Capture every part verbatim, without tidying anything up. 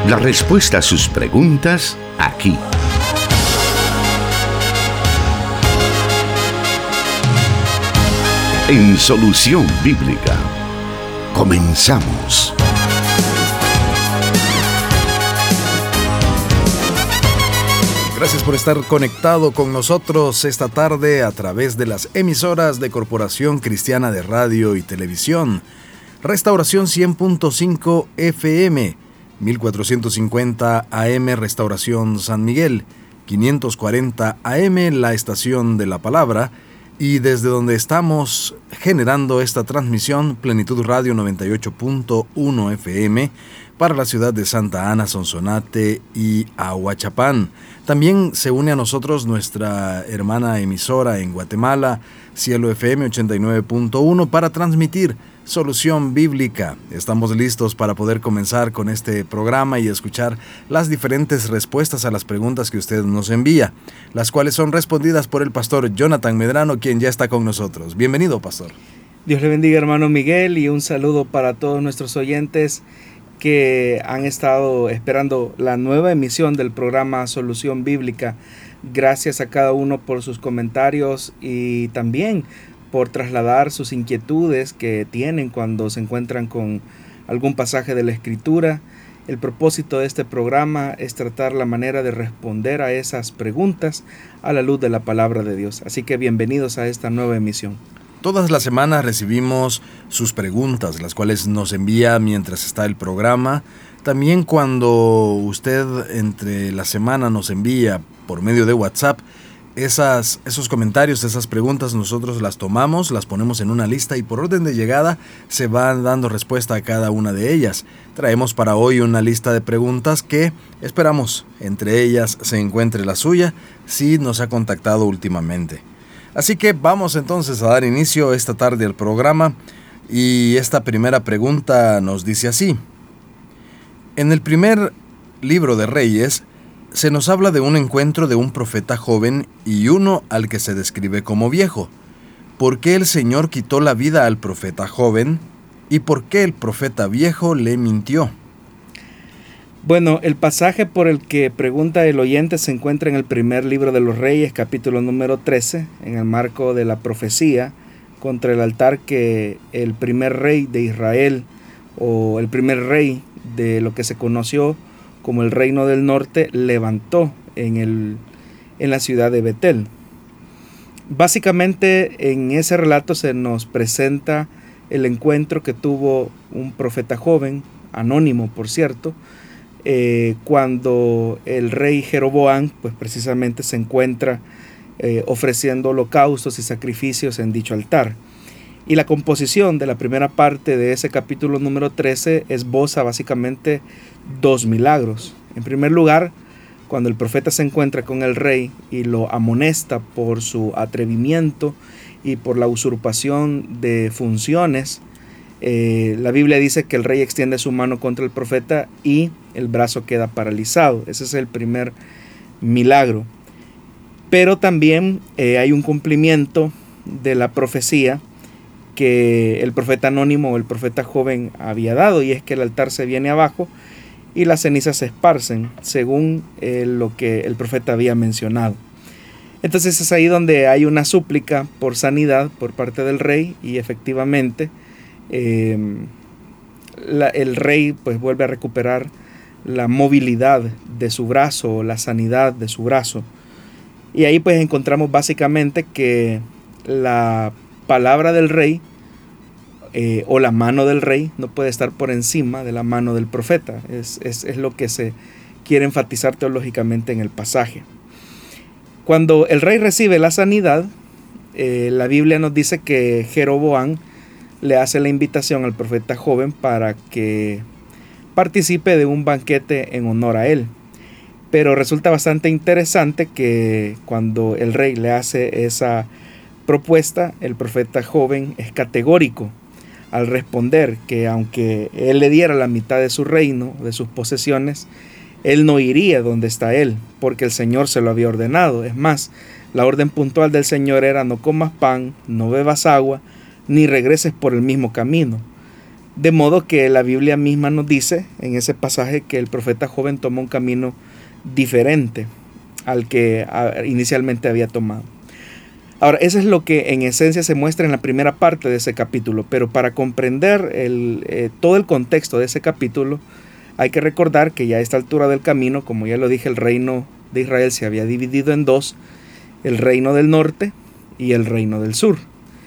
La respuesta a sus preguntas, aquí. En Solución Bíblica. Comenzamos. Gracias por estar conectado con nosotros esta tarde a través de las emisoras de Corporación Cristiana de Radio y Televisión. Restauración cien punto cinco F M, mil cuatrocientos cincuenta A M Restauración San Miguel, quinientos cuarenta A M La Estación de la Palabra, y desde donde estamos generando esta transmisión, Plenitud Radio noventa y ocho punto uno F M para la ciudad de Santa Ana, Sonsonate y Ahuachapán. También se une a nosotros nuestra hermana emisora en Guatemala, Cielo F M ochenta y nueve punto uno, para transmitir Solución Bíblica. Estamos listos para poder comenzar con este programa y escuchar las diferentes respuestas a las preguntas que usted nos envía, las cuales son respondidas por el pastor Jonathan Medrano, quien ya está con nosotros. Bienvenido, pastor. Dios le bendiga, hermano Miguel, y un saludo para todos nuestros oyentes que han estado esperando la nueva emisión del programa Solución Bíblica. Gracias a cada uno por sus comentarios y también por trasladar sus inquietudes que tienen cuando se encuentran con algún pasaje de la Escritura. El propósito de este programa es tratar la manera de responder a esas preguntas a la luz de la palabra de Dios. Así que bienvenidos a esta nueva emisión. Todas las semanas recibimos sus preguntas, las cuales nos envía mientras está el programa. También cuando usted entre la semana nos envía por medio de WhatsApp esas, esos comentarios, esas preguntas, nosotros las tomamos, las ponemos en una lista y por orden de llegada se van dando respuesta a cada una de ellas. Traemos para hoy una lista de preguntas que esperamos entre ellas se encuentre la suya si nos ha contactado últimamente. Así que vamos entonces a dar inicio esta tarde al programa y esta primera pregunta nos dice así. En el primer libro de Reyes se nos habla de un encuentro de un profeta joven y uno al que se describe como viejo. ¿Por qué el Señor quitó la vida al profeta joven y por qué el profeta viejo le mintió? Bueno, el pasaje por el que pregunta el oyente se encuentra en el primer libro de los Reyes, capítulo número trece, en el marco de la profecía contra el altar que el primer rey de Israel, o el primer rey de lo que se conoció como el Reino del Norte, levantó en, el, en la ciudad de Betel. Básicamente en ese relato se nos presenta el encuentro que tuvo un profeta joven, anónimo por cierto, Eh, cuando el rey Jeroboam pues precisamente se encuentra eh, ofreciendo holocaustos y sacrificios en dicho altar. Y la composición de la primera parte de ese capítulo número trece esboza básicamente dos milagros. En primer lugar, cuando el profeta se encuentra con el rey y lo amonesta por su atrevimiento y por la usurpación de funciones, Eh, la Biblia dice que el rey extiende su mano contra el profeta y el brazo queda paralizado. Ese es el primer milagro. Pero también eh, hay un cumplimiento de la profecía que el profeta anónimo o el profeta joven había dado, y es que el altar se viene abajo y las cenizas se esparcen, según eh, lo que el profeta había mencionado. Entonces es ahí donde hay una súplica por sanidad por parte del rey, y efectivamente Eh, la, el rey pues vuelve a recuperar la movilidad de su brazo, la sanidad de su brazo, y ahí pues encontramos básicamente que la palabra del rey eh, o la mano del rey no puede estar por encima de la mano del profeta. Es, es, es lo que se quiere enfatizar teológicamente en el pasaje. Cuando el rey recibe la sanidad, eh, la Biblia nos dice que Jeroboam le hace la invitación al profeta joven para que participe de un banquete en honor a él. Pero resulta bastante interesante que cuando el rey le hace esa propuesta, el profeta joven es categórico al responder que aunque él le diera la mitad de su reino, de sus posesiones, él no iría donde está él, porque el Señor se lo había ordenado. Es más, la orden puntual del Señor era: no comas pan, no bebas agua, ni regreses por el mismo camino. De modo que la Biblia misma nos dice en ese pasaje que el profeta joven tomó un camino diferente al que inicialmente había tomado. Ahora, eso es lo que en esencia se muestra en la primera parte de ese capítulo, pero para comprender el, eh, todo el contexto de ese capítulo, hay que recordar que ya a esta altura del camino, como ya lo dije, el reino de Israel se había dividido en dos, el reino del norte y el reino del sur.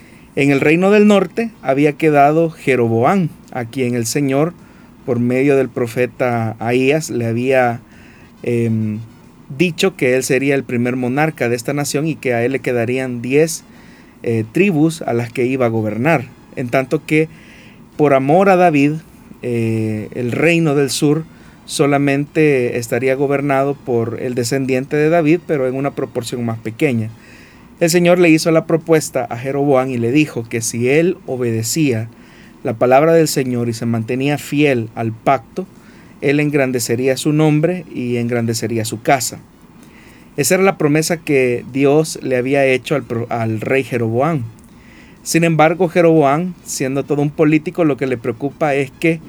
En el reino del norte había quedado Jeroboam, a quien el Señor, por medio del profeta Ahías, le había eh, dicho que él sería el primer monarca de esta nación y que a él le quedarían diez eh, tribus a las que iba a gobernar. En tanto que por amor a David, eh, el reino del sur solamente estaría gobernado por el descendiente de David, pero en una proporción más pequeña. El Señor le hizo la propuesta a Jeroboam y le dijo que si él obedecía la palabra del Señor y se mantenía fiel al pacto, él engrandecería su nombre y engrandecería su casa. Esa era la promesa que Dios le había hecho al, al rey Jeroboam. Sin embargo, Jeroboam, siendo todo un político, lo que le preocupa es que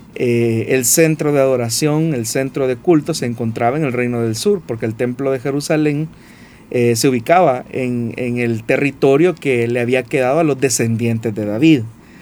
eh, el centro de adoración, el centro de culto se encontraba en el reino del sur, porque el templo de Jerusalén Eh, se ubicaba en, en el territorio que le había quedado a los descendientes de David.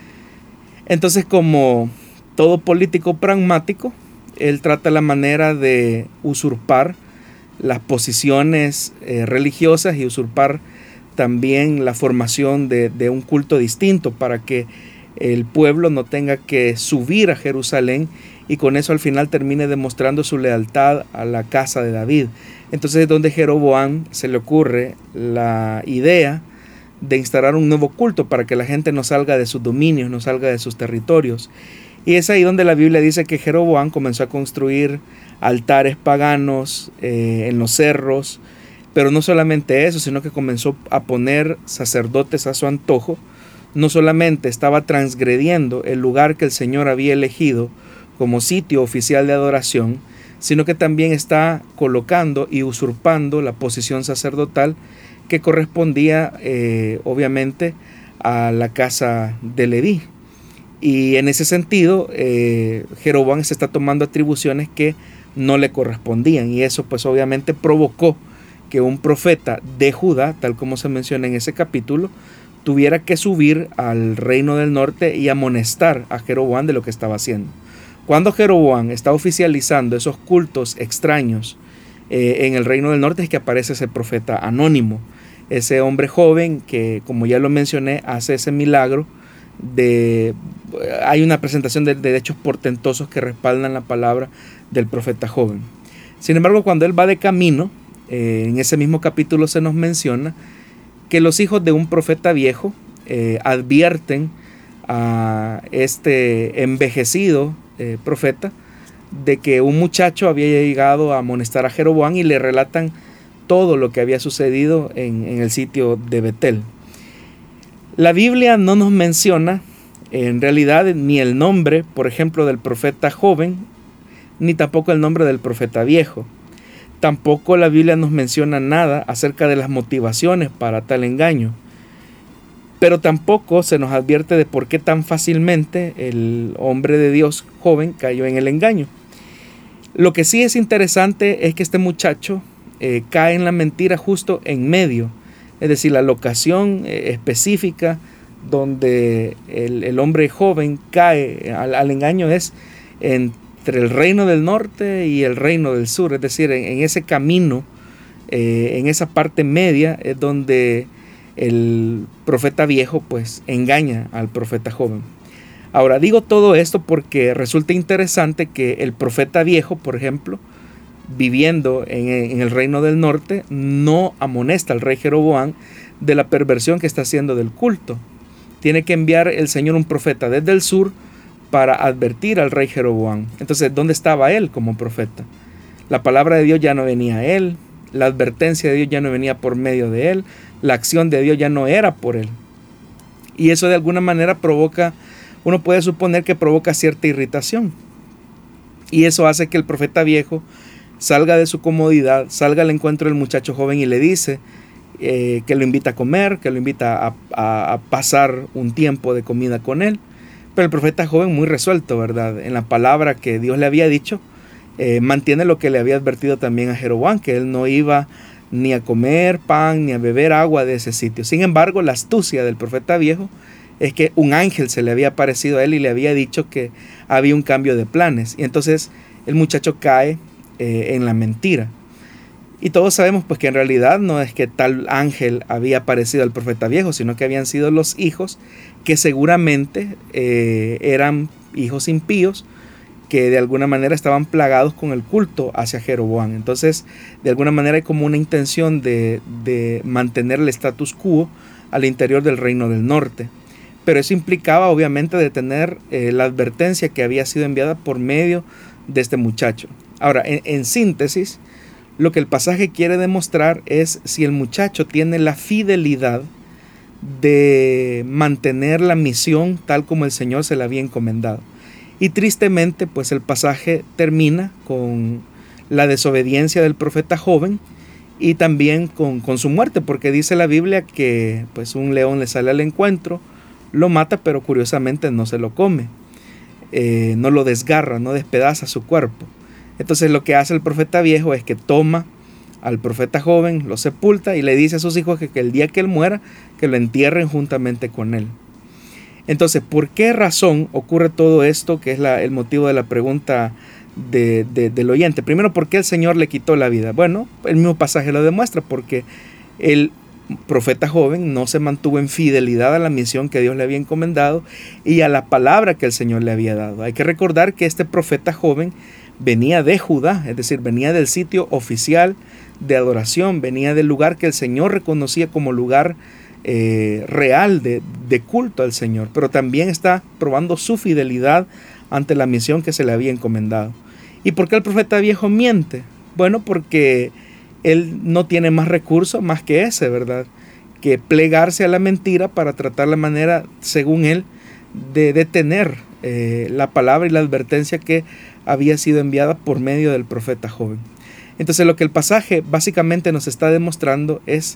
Entonces, como todo político pragmático, él trata la manera de usurpar las posiciones eh, religiosas y usurpar también la formación de, de un culto distinto para que el pueblo no tenga que subir a Jerusalén y con eso al final termine demostrando su lealtad a la casa de David. Entonces es donde Jeroboam se le ocurre la idea de instalar un nuevo culto para que la gente no salga de sus dominios, no salga de sus territorios. Y es ahí donde la Biblia dice que Jeroboam comenzó a construir altares paganos eh, en los cerros, pero no solamente eso, sino que comenzó a poner sacerdotes a su antojo. No solamente estaba transgrediendo el lugar que el Señor había elegido como sitio oficial de adoración, sino que también está colocando y usurpando la posición sacerdotal que correspondía eh, obviamente a la casa de Leví. Y en ese sentido, eh, Jeroboam se está tomando atribuciones que no le correspondían, y eso pues obviamente provocó que un profeta de Judá, tal como se menciona en ese capítulo, tuviera que subir al reino del norte y amonestar a Jeroboam de lo que estaba haciendo. Cuando Jeroboam está oficializando esos cultos extraños eh, en el reino del norte es que aparece ese profeta anónimo, ese hombre joven que, como ya lo mencioné, hace ese milagro de... Hay una presentación de, de hechos portentosos que respaldan la palabra del profeta joven. Sin embargo, cuando él va de camino, eh, en ese mismo capítulo se nos menciona que los hijos de un profeta viejo eh, advierten a este envejecido eh, profeta de que un muchacho había llegado a amonestar a Jeroboam y le relatan todo lo que había sucedido en, en el sitio de Betel. La Biblia no nos menciona en realidad ni el nombre, por ejemplo, del profeta joven, ni tampoco el nombre del profeta viejo. Tampoco la Biblia nos menciona nada acerca de las motivaciones para tal engaño. Pero tampoco se nos advierte de por qué tan fácilmente el hombre de Dios joven cayó en el engaño. Lo que sí es interesante es que este muchacho eh, cae en la mentira justo en medio. Es decir, la locación eh, específica donde el, el hombre joven cae al, al engaño es entre el reino del norte y el reino del sur. Es decir, en, en ese camino, eh, en esa parte media es donde el profeta viejo pues engaña al profeta joven. Ahora digo todo esto porque resulta interesante que el profeta viejo, por ejemplo, viviendo en, en el reino del norte, no amonesta al rey Jeroboam de la perversión que está haciendo del culto. Tiene que enviar el Señor un profeta desde el sur para advertir al rey Jeroboam. Entonces, ¿dónde estaba él como profeta? La palabra de Dios ya no venía a él, la advertencia de Dios ya no venía por medio de él, la acción de Dios ya no era por él. Y eso de alguna manera provoca, uno puede suponer que provoca cierta irritación. Y eso hace que el profeta viejo salga de su comodidad, salga al encuentro del muchacho joven y le dice eh, que lo invita a comer, que lo invita a, a, a pasar un tiempo de comida con él. Pero el profeta joven, muy resuelto, ¿verdad? En la palabra que Dios le había dicho, eh, mantiene lo que le había advertido también a Jeroboam, que él no iba ni a comer pan ni a beber agua de ese sitio. Sin embargo, la astucia del profeta viejo es que un ángel se le había aparecido a él y le había dicho que había un cambio de planes. Y entonces el muchacho cae eh, en la mentira. Y todos sabemos pues que en realidad no es que tal ángel había aparecido al profeta viejo, sino que habían sido los hijos que seguramente eh, eran hijos impíos, que de alguna manera estaban plagados con el culto hacia Jeroboam. Entonces, de alguna manera hay como una intención de, de mantener el status quo al interior del reino del norte. Pero eso implicaba obviamente de tener eh, la advertencia que había sido enviada por medio de este muchacho. Ahora, en, en síntesis, lo que el pasaje quiere demostrar es si el muchacho tiene la fidelidad de mantener la misión tal como el Señor se la había encomendado. Y tristemente, pues el pasaje termina con la desobediencia del profeta joven y también con, con su muerte, porque dice la Biblia que pues un león le sale al encuentro, lo mata, pero curiosamente no se lo come, eh, no lo desgarra, no despedaza su cuerpo. Entonces lo que hace el profeta viejo es que toma al profeta joven, lo sepulta y le dice a sus hijos que, que el día que él muera, que lo entierren juntamente con él. Entonces, ¿por qué razón ocurre todo esto? Que es la, el motivo de la pregunta de, de, del oyente. Primero, ¿por qué el Señor le quitó la vida? Bueno, el mismo pasaje lo demuestra, porque el profeta joven no se mantuvo en fidelidad a la misión que Dios le había encomendado y a la palabra que el Señor le había dado. Hay que recordar que este profeta joven venía de Judá, es decir, venía del sitio oficial de adoración, venía del lugar que el Señor reconocía como lugar eh, real de, de culto al Señor, pero también está probando su fidelidad ante la misión que se le había encomendado. ¿Y por qué el profeta viejo miente? Bueno, porque él no tiene más recursos más que ese, ¿verdad? Que plegarse a la mentira para tratar la manera, según él, de detener eh, la palabra y la advertencia que había sido enviada por medio del profeta joven. Entonces lo que el pasaje básicamente nos está demostrando es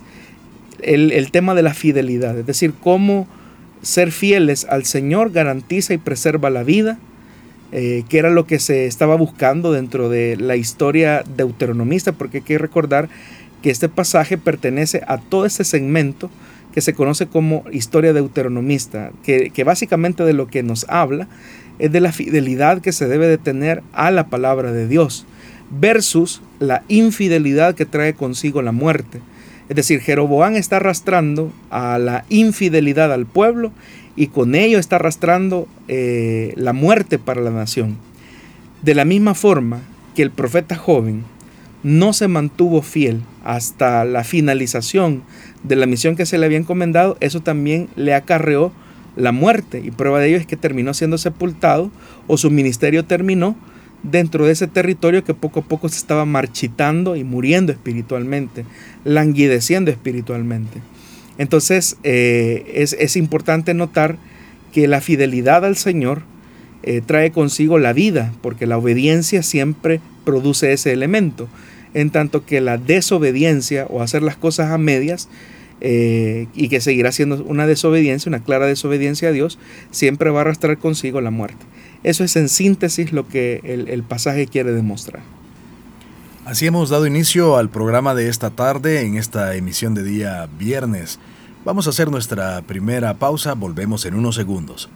el, el tema de la fidelidad, es decir, cómo ser fieles al Señor garantiza y preserva la vida, eh, que era lo que se estaba buscando dentro de la historia deuteronomista, porque hay que recordar que este pasaje pertenece a todo ese segmento que se conoce como historia deuteronomista, que, que básicamente de lo que nos habla es de la fidelidad que se debe de tener a la palabra de Dios versus la infidelidad que trae consigo la muerte. Es decir, Jeroboam está arrastrando a la infidelidad al pueblo y con ello está arrastrando eh, la muerte para la nación. De la misma forma que el profeta joven no se mantuvo fiel hasta la finalización de la misión que se le había encomendado, eso también le acarreó la muerte, y prueba de ello es que terminó siendo sepultado, o su ministerio terminó dentro de ese territorio que poco a poco se estaba marchitando y muriendo espiritualmente, languideciendo espiritualmente. Entonces eh, es, es importante notar que la fidelidad al Señor eh, trae consigo la vida, porque la obediencia siempre produce ese elemento, en tanto que la desobediencia o hacer las cosas a medias, Eh, y que seguirá siendo una desobediencia, una clara desobediencia a Dios, siempre va a arrastrar consigo la muerte. Eso es en síntesis lo que el, el pasaje quiere demostrar. Así hemos dado inicio al programa de esta tarde, en esta emisión de día viernes. Vamos a hacer nuestra primera pausa, volvemos en unos segundos.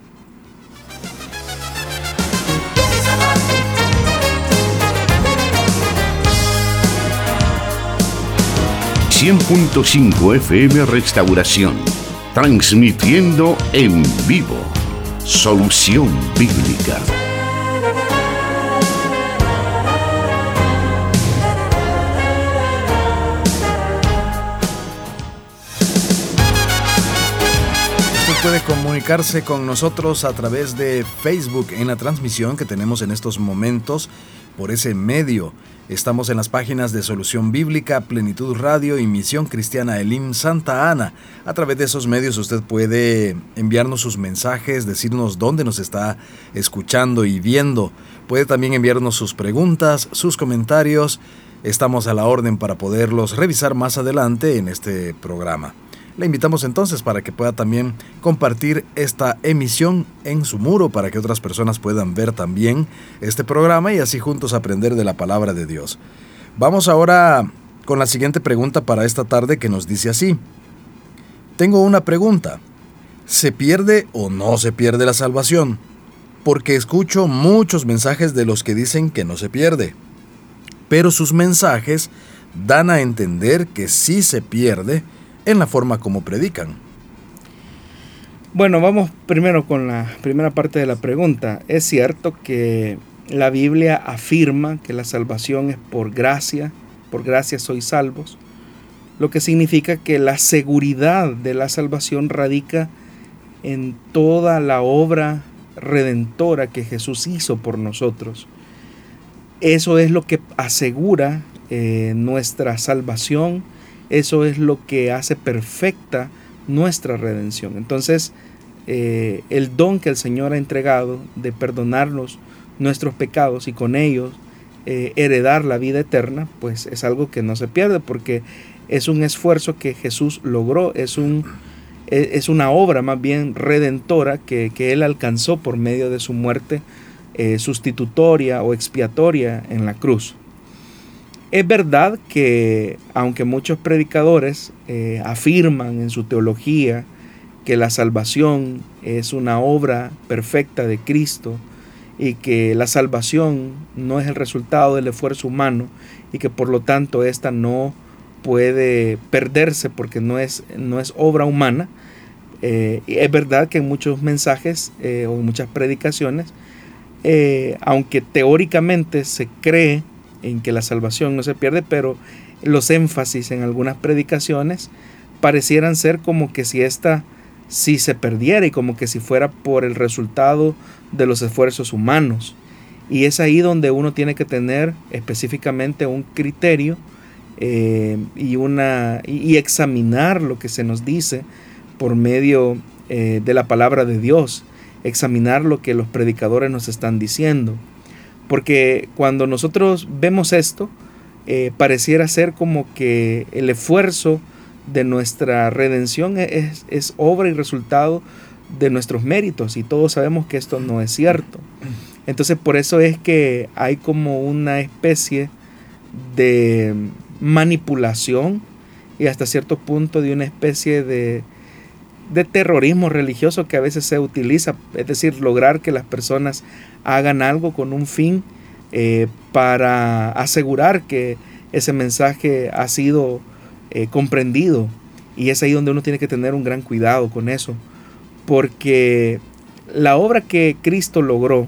cien punto cinco F M Restauración, transmitiendo en vivo Solución Bíblica. Usted puede comunicarse con nosotros a través de Facebook en la transmisión que tenemos en estos momentos por ese medio. Estamos en las páginas de Solución Bíblica, Plenitud Radio y Misión Cristiana Elim Santa Ana. A través de esos medios usted puede enviarnos sus mensajes, decirnos dónde nos está escuchando y viendo. Puede también enviarnos sus preguntas, sus comentarios. Estamos a la orden para poderlos revisar más adelante en este programa. Le invitamos entonces para que pueda también compartir esta emisión en su muro para que otras personas puedan ver también este programa y así juntos aprender de la palabra de Dios. Vamos ahora con la siguiente pregunta para esta tarde que nos dice así. Tengo una pregunta. ¿Se pierde o no se pierde la salvación? Porque escucho muchos mensajes de los que dicen que no se pierde, pero sus mensajes dan a entender que sí se pierde en la forma como predican. Bueno, vamos primero con la primera parte de la pregunta. Es cierto que la Biblia afirma que la salvación es por gracia, por gracia sois salvos, lo que significa que la seguridad de la salvación radica en toda la obra redentora que Jesús hizo por nosotros. Eso es lo que asegura eh, nuestra salvación. Eso es lo que hace perfecta nuestra redención. Entonces, eh, el don que el Señor ha entregado de perdonarnos nuestros pecados y con ellos eh, heredar la vida eterna, pues es algo que no se pierde porque es un esfuerzo que Jesús logró, es, un, es una obra más bien redentora que, que Él alcanzó por medio de su muerte eh, sustitutoria o expiatoria en la cruz. Es verdad que aunque muchos predicadores eh, afirman en su teología que la salvación es una obra perfecta de Cristo y que la salvación no es el resultado del esfuerzo humano y que por lo tanto esta no puede perderse porque no es, no es obra humana, eh, es verdad que en muchos mensajes eh, o en muchas predicaciones, eh, aunque teóricamente se cree en que la salvación no se pierde, pero los énfasis en algunas predicaciones parecieran ser como que si esta sí se perdiera y como que si fuera por el resultado de los esfuerzos humanos. Y es ahí donde uno tiene que tener específicamente un criterio eh, y, una, y, y examinar lo que se nos dice por medio eh, de la palabra de Dios, examinar lo que los predicadores nos están diciendo. Porque cuando nosotros vemos esto, eh, pareciera ser como que el esfuerzo de nuestra redención es, es obra y resultado de nuestros méritos, y todos sabemos que esto no es cierto. Entonces por eso es que hay como una especie de manipulación y hasta cierto punto de una especie de, de terrorismo religioso que a veces se utiliza, es decir, lograr que las personas hagan algo con un fin eh, para asegurar que ese mensaje ha sido eh, comprendido. Y es ahí donde uno tiene que tener un gran cuidado con eso, porque la obra que Cristo logró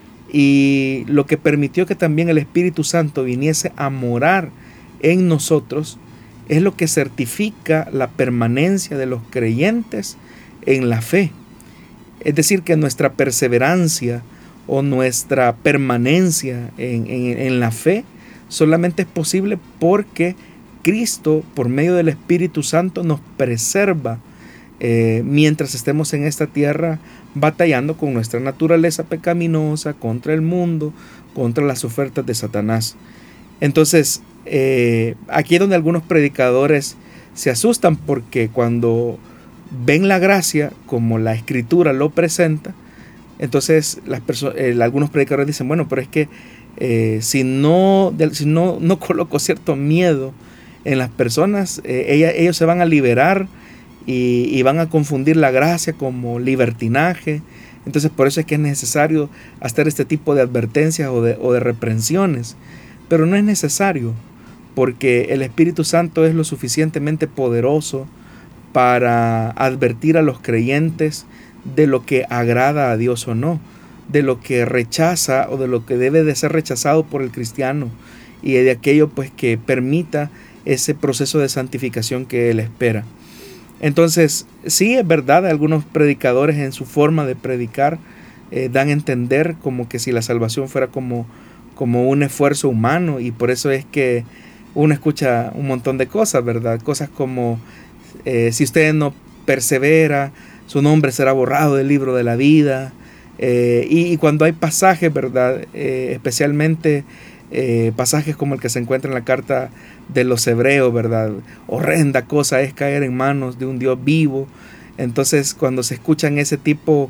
y lo que permitió que también el Espíritu Santo viniese a morar en nosotros es lo que certifica la permanencia de los creyentes en la fe. Es decir, que nuestra perseverancia o nuestra permanencia en, en, en la fe solamente es posible porque Cristo, por medio del Espíritu Santo, nos preserva eh, mientras estemos en esta tierra batallando con nuestra naturaleza pecaminosa, contra el mundo, contra las ofertas de Satanás. Entonces, eh, aquí es donde algunos predicadores se asustan, porque cuando ven la gracia como la Escritura lo presenta, entonces las perso- eh, algunos predicadores dicen, bueno, pero es que eh, si, no, si no, no coloco cierto miedo en las personas, eh, ella, ellos se van a liberar y, y van a confundir la gracia como libertinaje. Entonces por eso es que es necesario hacer este tipo de advertencias o de, o de reprensiones. Pero no es necesario, porque el Espíritu Santo es lo suficientemente poderoso para advertir a los creyentes de lo que agrada a Dios o no, de lo que rechaza o de lo que debe de ser rechazado por el cristiano, y de aquello pues que permita ese proceso de santificación que Él espera. Entonces, sí es verdad, algunos predicadores en su forma de predicar eh, dan a entender como que si la salvación fuera como, como un esfuerzo humano, y por eso es que uno escucha un montón de cosas, ¿verdad? Cosas como, eh, si usted no persevera, su nombre será borrado del libro de la vida. Eh, y, y cuando hay pasajes, ¿verdad? Eh, especialmente eh, pasajes como el que se encuentra en la carta de los Hebreos, ¿verdad? Horrenda cosa es caer en manos de un Dios vivo. Entonces, cuando se escuchan ese tipo,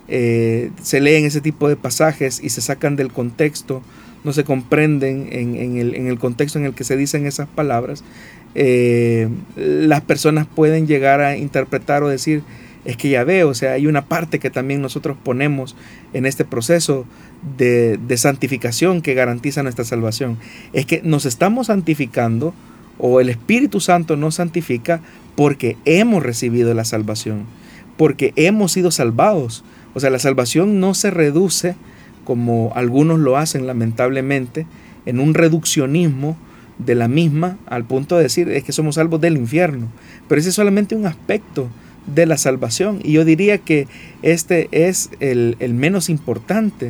eh, se leen ese tipo de pasajes y se sacan del contexto, no se comprenden en, en, el, en el contexto en el que se dicen esas palabras, eh, las personas pueden llegar a interpretar o decir, es que ya veo, o sea, hay una parte que también nosotros ponemos en este proceso de, de santificación que garantiza nuestra salvación. Es que nos estamos santificando, o el Espíritu Santo nos santifica porque hemos recibido la salvación, porque hemos sido salvados. O sea, la salvación no se reduce, como algunos lo hacen lamentablemente, en un reduccionismo de la misma, al punto de decir es que somos salvos del infierno. Pero ese es solamente un aspecto de la salvación, y yo diría que este es el, el menos importante,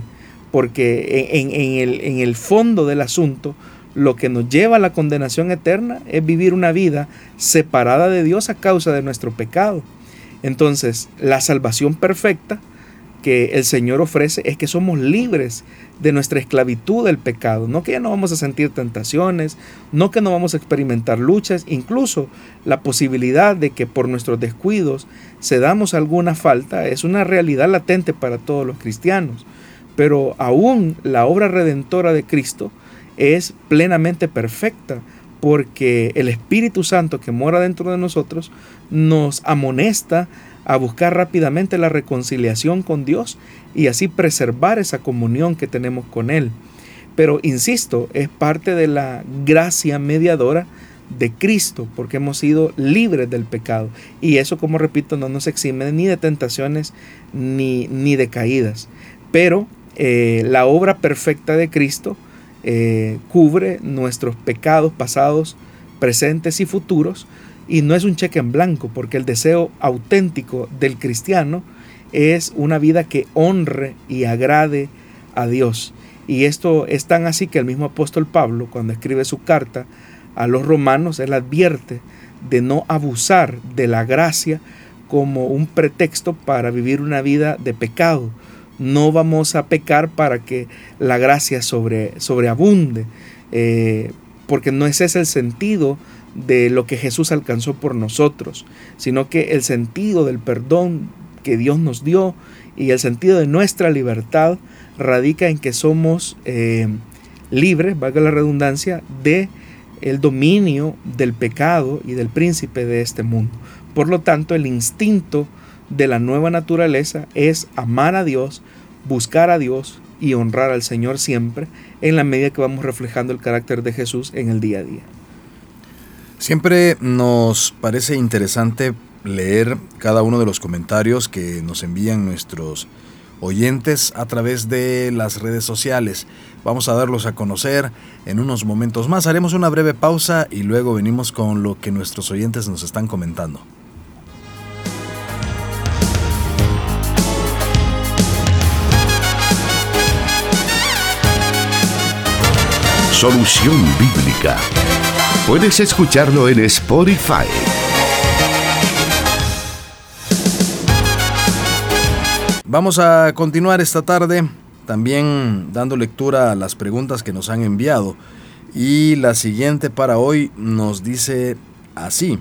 porque en, en, el, en el fondo del asunto, lo que nos lleva a la condenación eterna es vivir una vida separada de Dios a causa de nuestro pecado. Entonces, la salvación perfecta que el Señor ofrece es que somos libres de nuestra esclavitud del pecado, no que ya no vamos a sentir tentaciones, no que no vamos a experimentar luchas, incluso la posibilidad de que por nuestros descuidos cedamos alguna falta es una realidad latente para todos los cristianos, pero aún la obra redentora de Cristo es plenamente perfecta, porque el Espíritu Santo que mora dentro de nosotros nos amonesta a buscar rápidamente la reconciliación con Dios y así preservar esa comunión que tenemos con Él. Pero insisto, es parte de la gracia mediadora de Cristo, porque hemos sido libres del pecado, y eso, como repito, no nos exime ni de tentaciones ni, ni de caídas. Pero eh, la obra perfecta de Cristo eh, cubre nuestros pecados pasados, presentes y futuros. Y no es un cheque en blanco, porque el deseo auténtico del cristiano es una vida que honre y agrade a Dios. Y esto es tan así que el mismo apóstol Pablo, cuando escribe su carta a los romanos, él advierte de no abusar de la gracia como un pretexto para vivir una vida de pecado. No vamos a pecar para que la gracia sobre, sobreabunde, eh, porque no ese es el sentido de lo que Jesús alcanzó por nosotros, sino que el sentido del perdón que Dios nos dio y el sentido de nuestra libertad radica en que somos eh, libres, valga la redundancia, de el dominio del pecado y del príncipe de este mundo. Por lo tanto, el instinto de la nueva naturaleza es amar a Dios, buscar a Dios y honrar al Señor siempre, en la medida que vamos reflejando el carácter de Jesús en el día a día. Siempre nos parece interesante leer cada uno de los comentarios que nos envían nuestros oyentes a través de las redes sociales. Vamos a darlos a conocer en unos momentos más. Haremos una breve pausa y luego venimos con lo que nuestros oyentes nos están comentando. Solución Bíblica. Puedes escucharlo en Spotify. Vamos a continuar esta tarde también dando lectura a las preguntas que nos han enviado. Y la siguiente para hoy nos dice así.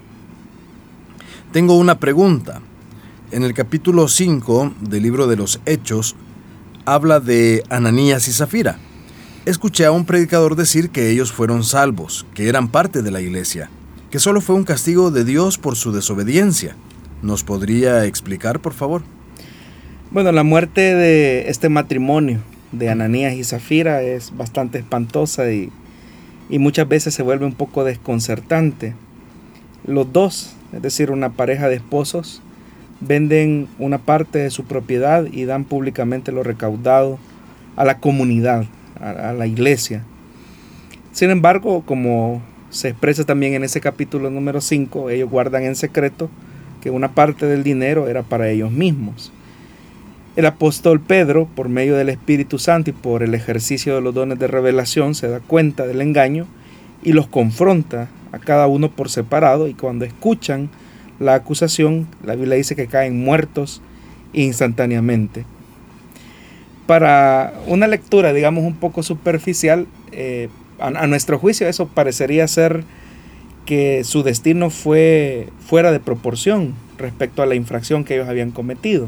Tengo una pregunta. En el capítulo cinco del libro de los Hechos habla de Ananías y Zafira. Escuché a un predicador decir que ellos fueron salvos, que eran parte de la iglesia, que solo fue un castigo de Dios por su desobediencia. ¿Nos podría explicar, por favor? Bueno, la muerte de este matrimonio de Ananías y Zafira es bastante espantosa y, y muchas veces se vuelve un poco desconcertante. Los dos, es decir, una pareja de esposos, venden una parte de su propiedad y dan públicamente lo recaudado a la comunidad, a la iglesia. Sin embargo, como se expresa también en ese capítulo número cinco, ellos guardan en secreto que una parte del dinero era para ellos mismos. El apóstol Pedro, por medio del Espíritu Santo y por el ejercicio de los dones de revelación, se da cuenta del engaño y los confronta a cada uno por separado, y cuando escuchan la acusación, la Biblia dice que caen muertos instantáneamente. Para una lectura, digamos, un poco superficial, eh, a, a nuestro juicio eso parecería ser que su destino fue fuera de proporción respecto a la infracción que ellos habían cometido.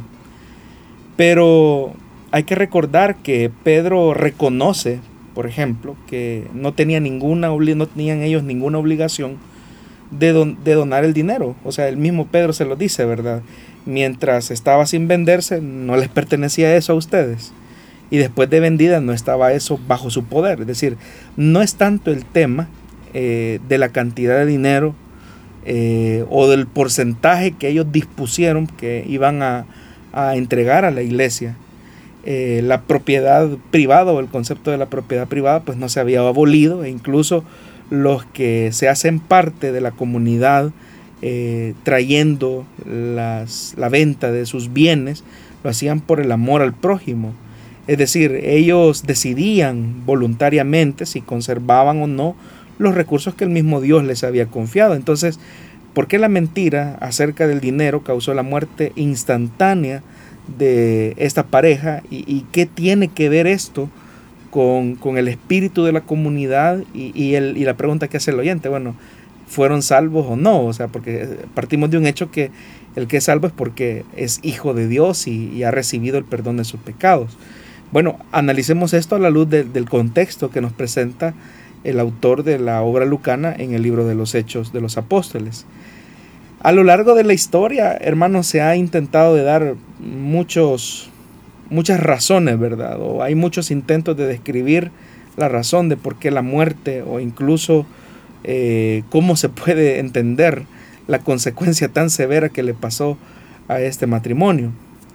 Pero hay que recordar que Pedro reconoce, por ejemplo, que no, tenía ninguna, no tenían ellos ninguna obligación de, don, de donar el dinero. O sea, el mismo Pedro se lo dice, ¿verdad? Mientras estaba sin venderse, no les pertenecía eso a ustedes. Y después de vendida no estaba eso bajo su poder. Es decir, no es tanto el tema eh, de la cantidad de dinero eh, o del porcentaje que ellos dispusieron que iban a, a entregar a la iglesia. Eh, la propiedad privada o el concepto de la propiedad privada pues no se había abolido, e incluso los que se hacen parte de la comunidad eh, trayendo las, la venta de sus bienes lo hacían por el amor al prójimo. Es decir, ellos decidían voluntariamente si conservaban o no los recursos que el mismo Dios les había confiado. Entonces, ¿por qué la mentira acerca del dinero causó la muerte instantánea de esta pareja? ¿Y, y qué tiene que ver esto con, con el espíritu de la comunidad? Y, y, el, y la pregunta que hace el oyente, bueno, ¿fueron salvos o no? O sea, porque partimos de un hecho que el que es salvo es porque es hijo de Dios y, y ha recibido el perdón de sus pecados. Bueno, analicemos esto a la luz de, del contexto que nos presenta el autor de la obra lucana en el libro de los Hechos de los Apóstoles. A lo largo de la historia, hermanos, se ha intentado de dar muchos, muchas razones, ¿verdad? O hay muchos intentos de describir la razón de por qué la muerte, o incluso eh, cómo se puede entender la consecuencia tan severa que le pasó a este matrimonio.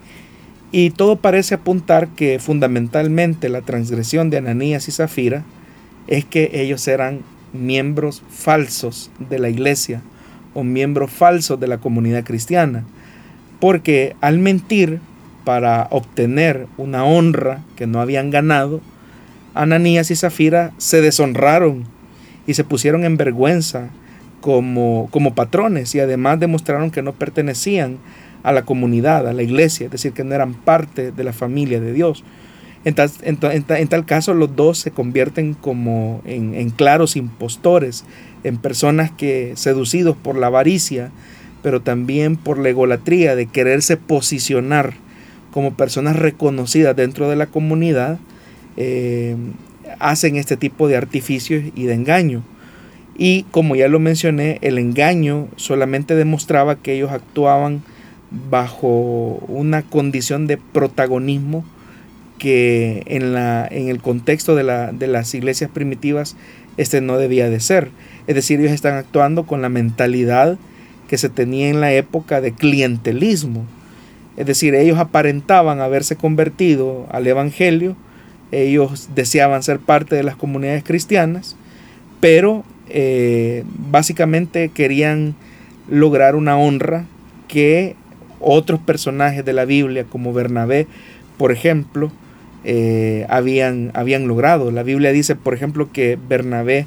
Y todo parece apuntar que fundamentalmente la transgresión de Ananías y Zafira es que ellos eran miembros falsos de la iglesia o miembros falsos de la comunidad cristiana, porque al mentir para obtener una honra que no habían ganado, Ananías y Zafira se deshonraron y se pusieron en vergüenza como, como patrones, y además demostraron que no pertenecían a la comunidad, a la iglesia, es decir, que no eran parte de la familia de Dios. En tal, en, en, en tal caso, los dos se convierten como en, en claros impostores, en personas que, seducidos por la avaricia, pero también por la egolatría de quererse posicionar como personas reconocidas dentro de la comunidad, eh, hacen este tipo de artificios y de engaño. Y como ya lo mencioné, el engaño solamente demostraba que ellos actuaban bajo una condición de protagonismo que en, la, en el contexto de, la, de las iglesias primitivas este no debía de ser. Es decir, ellos están actuando con la mentalidad que se tenía en la época de clientelismo. Es decir, ellos aparentaban haberse convertido al evangelio, ellos deseaban ser parte de las comunidades cristianas, pero eh, básicamente querían lograr una honra que otros personajes de la Biblia, como Bernabé, por ejemplo, eh, habían, habían logrado. La Biblia dice, por ejemplo, que Bernabé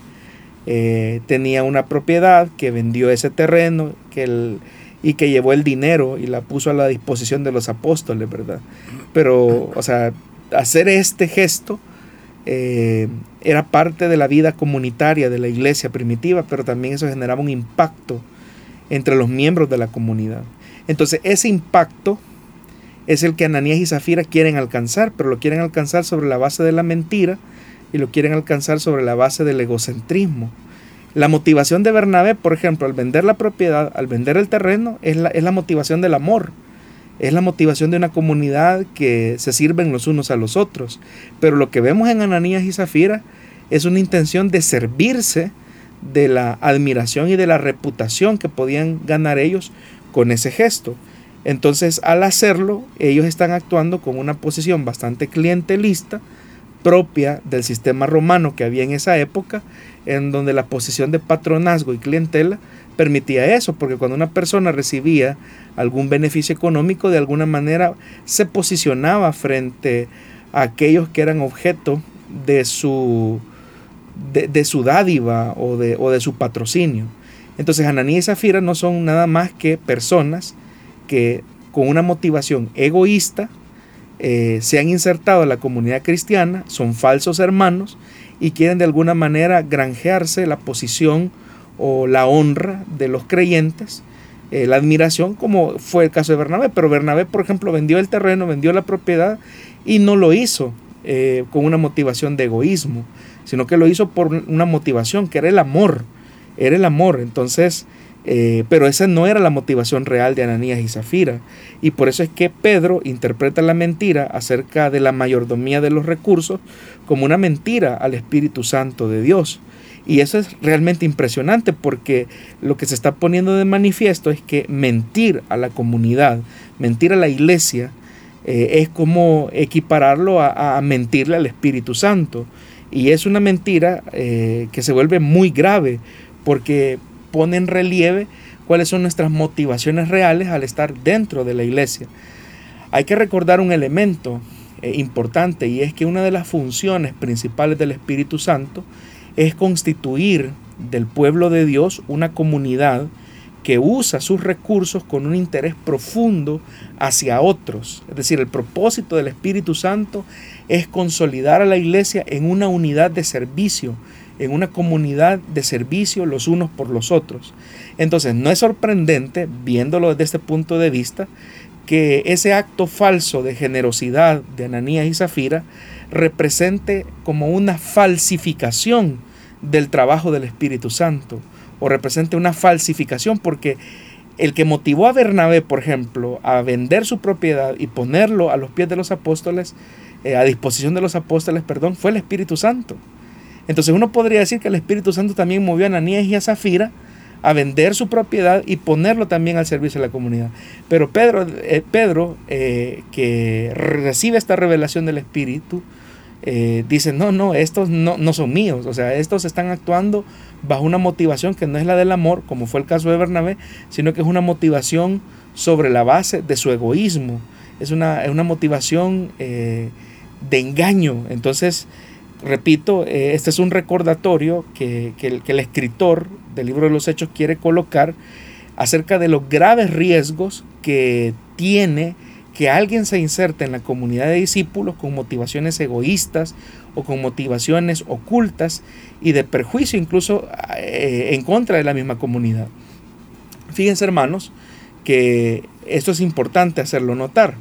eh, tenía una propiedad, que vendió ese terreno que el, y que llevó el dinero y la puso a la disposición de los apóstoles, ¿verdad? Pero, o sea, hacer este gesto eh, era parte de la vida comunitaria de la iglesia primitiva, pero también eso generaba un impacto entre los miembros de la comunidad. Entonces ese impacto es el que Ananías y Zafira quieren alcanzar, pero lo quieren alcanzar sobre la base de la mentira y lo quieren alcanzar sobre la base del egocentrismo. La motivación de Bernabé, por ejemplo, al vender la propiedad, al vender el terreno, es la, es la motivación del amor. Es la motivación de una comunidad que se sirven los unos a los otros. Pero lo que vemos en Ananías y Zafira es una intención de servirse de la admiración y de la reputación que podían ganar ellos con ese gesto. Entonces, al hacerlo, ellos están actuando con una posición bastante clientelista, propia del sistema romano que había en esa época, en donde la posición de patronazgo y clientela permitía eso, porque cuando una persona recibía algún beneficio económico, de alguna manera se posicionaba frente a aquellos que eran objeto de su, de, de su dádiva o de, o de su patrocinio. Entonces, Ananías y Zafira no son nada más que personas que con una motivación egoísta eh, se han insertado a la comunidad cristiana, son falsos hermanos y quieren de alguna manera granjearse la posición o la honra de los creyentes, eh, la admiración, como fue el caso de Bernabé. Pero Bernabé, por ejemplo, vendió el terreno, vendió la propiedad y no lo hizo eh, con una motivación de egoísmo, sino que lo hizo por una motivación que era el amor, era el amor. Entonces, eh, pero esa no era la motivación real de Ananías y Zafira, y por eso es que Pedro interpreta la mentira acerca de la mayordomía de los recursos como una mentira al Espíritu Santo de Dios. Y eso es realmente impresionante, porque lo que se está poniendo de manifiesto es que mentir a la comunidad, mentir a la iglesia, eh, es como equipararlo a, a mentirle al Espíritu Santo. Y es una mentira eh, que se vuelve muy grave, porque pone en relieve cuáles son nuestras motivaciones reales al estar dentro de la iglesia. Hay que recordar un elemento eh, importante, y es que una de las funciones principales del Espíritu Santo es constituir del pueblo de Dios una comunidad que usa sus recursos con un interés profundo hacia otros. Es decir, el propósito del Espíritu Santo es consolidar a la iglesia en una unidad de servicio, en una comunidad de servicio los unos por los otros. Entonces, no es sorprendente, viéndolo desde este punto de vista, que ese acto falso de generosidad de Ananías y Zafira represente como una falsificación del trabajo del Espíritu Santo, o represente una falsificación, porque el que motivó a Bernabé, por ejemplo, a vender su propiedad y ponerlo a los pies de los apóstoles, eh, a disposición de los apóstoles, perdón, fue el Espíritu Santo. Entonces uno podría decir que el Espíritu Santo también movió a Ananías y a Zafira a vender su propiedad y ponerlo también al servicio de la comunidad. Pero Pedro, eh, Pedro eh, que recibe esta revelación del Espíritu, eh, dice, no, no, estos no, no son míos. O sea, estos están actuando bajo una motivación que no es la del amor, como fue el caso de Bernabé, sino que es una motivación sobre la base de su egoísmo. Es una, es una motivación eh, de engaño. Entonces, repito, eh, este es un recordatorio que, que, el, que el escritor del libro de los Hechos quiere colocar acerca de los graves riesgos que tiene que alguien se inserte en la comunidad de discípulos con motivaciones egoístas o con motivaciones ocultas y de perjuicio incluso eh, en contra de la misma comunidad. Fíjense, hermanos, que esto es importante hacerlo notar.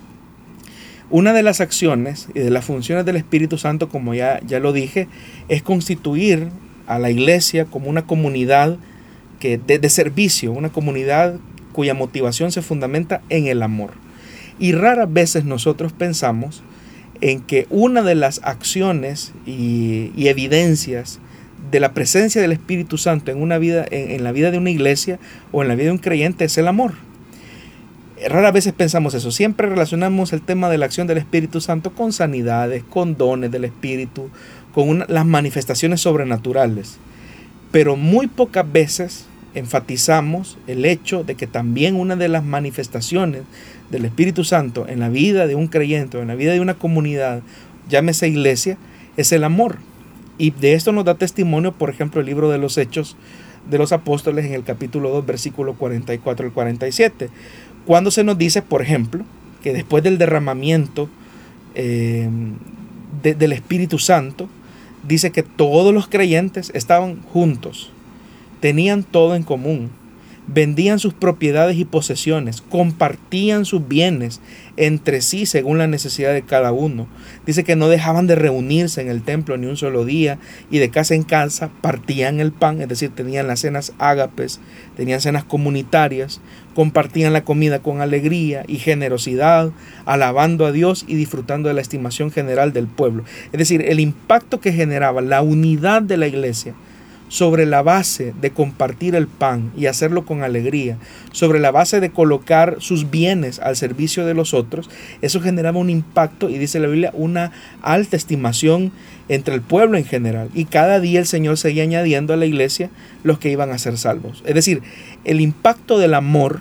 Una de las acciones y de las funciones del Espíritu Santo, como ya, ya lo dije, es constituir a la iglesia como una comunidad que, de, de servicio, una comunidad cuya motivación se fundamenta en el amor. Y raras veces nosotros pensamos en que una de las acciones y, y evidencias de la presencia del Espíritu Santo en, una vida, en, en la vida de una iglesia o en la vida de un creyente es el amor. Raras veces pensamos eso. Siempre relacionamos el tema de la acción del Espíritu Santo con sanidades, con dones del Espíritu, con una, las manifestaciones sobrenaturales. Pero muy pocas veces enfatizamos el hecho de que también una de las manifestaciones del Espíritu Santo en la vida de un creyente o en la vida de una comunidad, llámese iglesia, es el amor. Y de esto nos da testimonio, por ejemplo, el libro de los Hechos de los Apóstoles en el capítulo dos, versículo cuarenta y cuatro al cuarenta y siete. Cuando se nos dice, por ejemplo, que después del derramamiento eh, de, del Espíritu Santo, dice que todos los creyentes estaban juntos, tenían todo en común, vendían sus propiedades y posesiones, compartían sus bienes entre sí según la necesidad de cada uno. Dice que no dejaban de reunirse en el templo ni un solo día, y de casa en casa partían el pan, es decir, tenían las cenas ágapes, tenían cenas comunitarias, compartían la comida con alegría y generosidad, alabando a Dios y disfrutando de la estimación general del pueblo. Es decir, el impacto que generaba la unidad de la iglesia sobre la base de compartir el pan y hacerlo con alegría, sobre la base de colocar sus bienes al servicio de los otros, eso generaba un impacto, y dice la Biblia, una alta estimación entre el pueblo en general. Y cada día el Señor seguía añadiendo a la iglesia los que iban a ser salvos. Es decir, el impacto del amor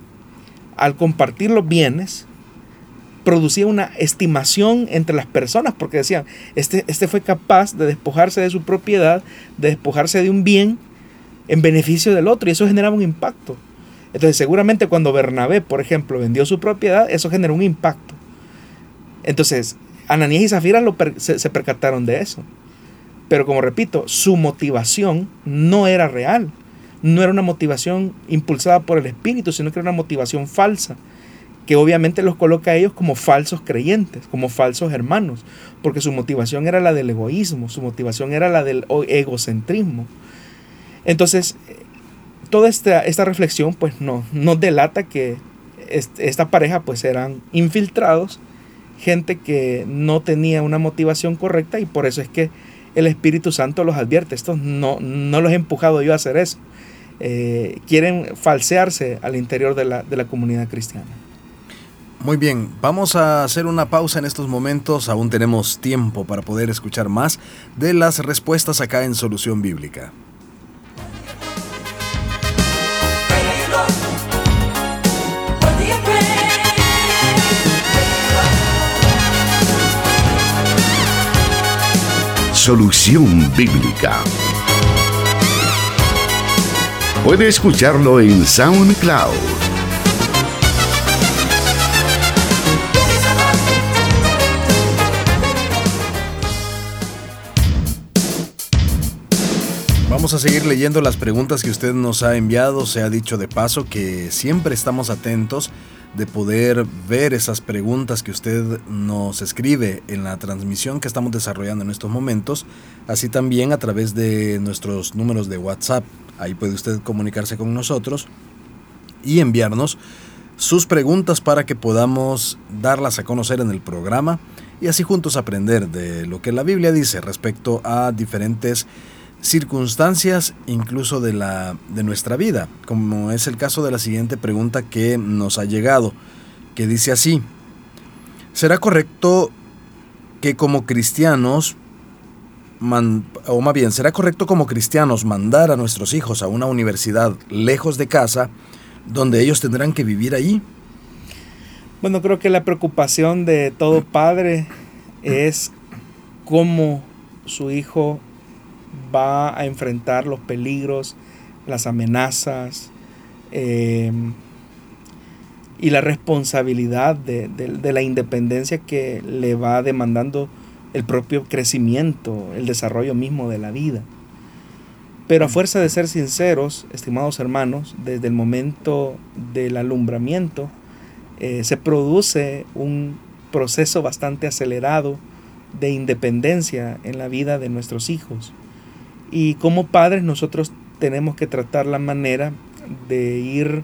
al compartir los bienes producía una estimación entre las personas, porque decían, este, este fue capaz de despojarse de su propiedad, de despojarse de un bien en beneficio del otro, y eso generaba un impacto. Entonces seguramente cuando Bernabé, por ejemplo, vendió su propiedad, eso generó un impacto. Entonces, Ananías y Zafira lo per, se, se percataron de eso. Pero como repito, su motivación no era real. No era una motivación impulsada por el Espíritu, sino que era una motivación falsa, que obviamente los coloca a ellos como falsos creyentes, como falsos hermanos, porque su motivación era la del egoísmo, su motivación era la del egocentrismo. Entonces, toda esta, esta reflexión pues no, nos delata que esta pareja pues eran infiltrados, gente que no tenía una motivación correcta, y por eso es que el Espíritu Santo los advierte. Estos no, no los he empujado yo a hacer eso. Eh, quieren falsearse al interior de la, de la comunidad cristiana. Muy bien, vamos a hacer una pausa en estos momentos. Aún tenemos tiempo para poder escuchar más de las respuestas acá en Solución Bíblica. Solución Bíblica. Puede escucharlo en SoundCloud. Vamos a seguir leyendo las preguntas que usted nos ha enviado. Se ha dicho de paso que siempre estamos atentos de poder ver esas preguntas que usted nos escribe en la transmisión que estamos desarrollando en estos momentos, así también a través de nuestros números de WhatsApp. Ahí puede usted comunicarse con nosotros y enviarnos sus preguntas para que podamos darlas a conocer en el programa y así juntos aprender de lo que la Biblia dice respecto a diferentes circunstancias, incluso de la de nuestra vida, como es el caso de la siguiente pregunta que nos ha llegado, que dice así: ¿será correcto que como cristianos man, o más bien, será correcto como cristianos mandar a nuestros hijos a una universidad lejos de casa, donde ellos tendrán que vivir allí? Bueno, creo que la preocupación de todo padre es cómo su hijo va a enfrentar los peligros, las amenazas eh, y la responsabilidad de, de, de la independencia que le va demandando el propio crecimiento, el desarrollo mismo de la vida. Pero a fuerza de ser sinceros, estimados hermanos, desde el momento del alumbramiento eh, se produce un proceso bastante acelerado de independencia en la vida de nuestros hijos. Y como padres nosotros tenemos que tratar la manera de ir